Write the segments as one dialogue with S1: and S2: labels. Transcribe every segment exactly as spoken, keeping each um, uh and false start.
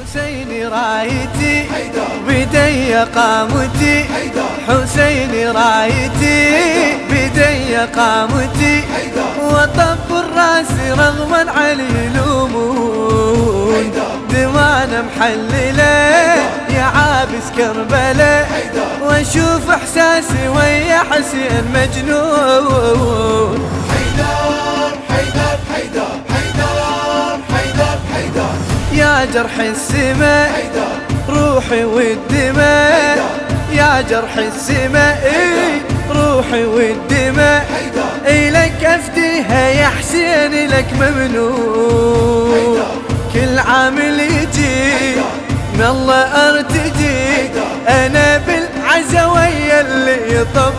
S1: حسين رايتي بدي قامتي، حسين رايتي بدي قامتي، وطب الراس رغما علي يلومون، دمانا محلله يا عابس كربله، واشوف احساسي ويا حسين مجنون.
S2: حيدر حيدر حيدر حيدر حيدر حيدر
S1: يا جرح السما روحي والدماء، يا جرح السما اي روحي والدماء، إلك أفديها يا حسين لك ممنون، كل عامل يجي من الله ارتجي، أنا بالعزا ويا اللي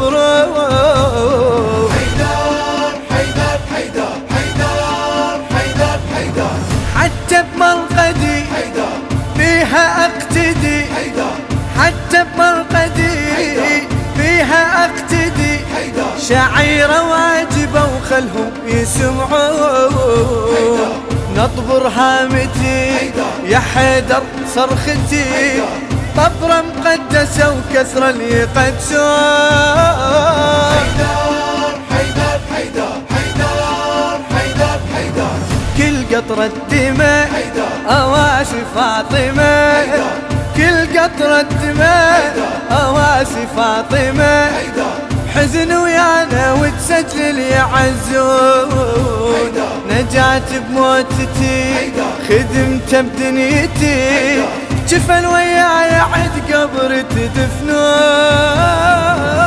S1: يطبرون.
S2: حيدر حيدر حيدر حيدر حيدر حيدر
S1: حتى بمرقدي فيها اقتدي، حتى بمرقدي فيها اقتدي، شعيرة واجبة وخلهم يسمعون، نطبر هامتي يا حيدر صرختي، طبرة مقدسة وكسرا يقدسون.
S2: حيدر حيدر حيدر حيدر حيدر حيدر
S1: كل قطرة دماء أواسي فاطمة، كل قطرة دماء أواسي فاطمة، حزن ويانا وتسجل يعزون، نجات بموتتي خدمت بدنيتي، جفن وياي عد قبر تدفنون.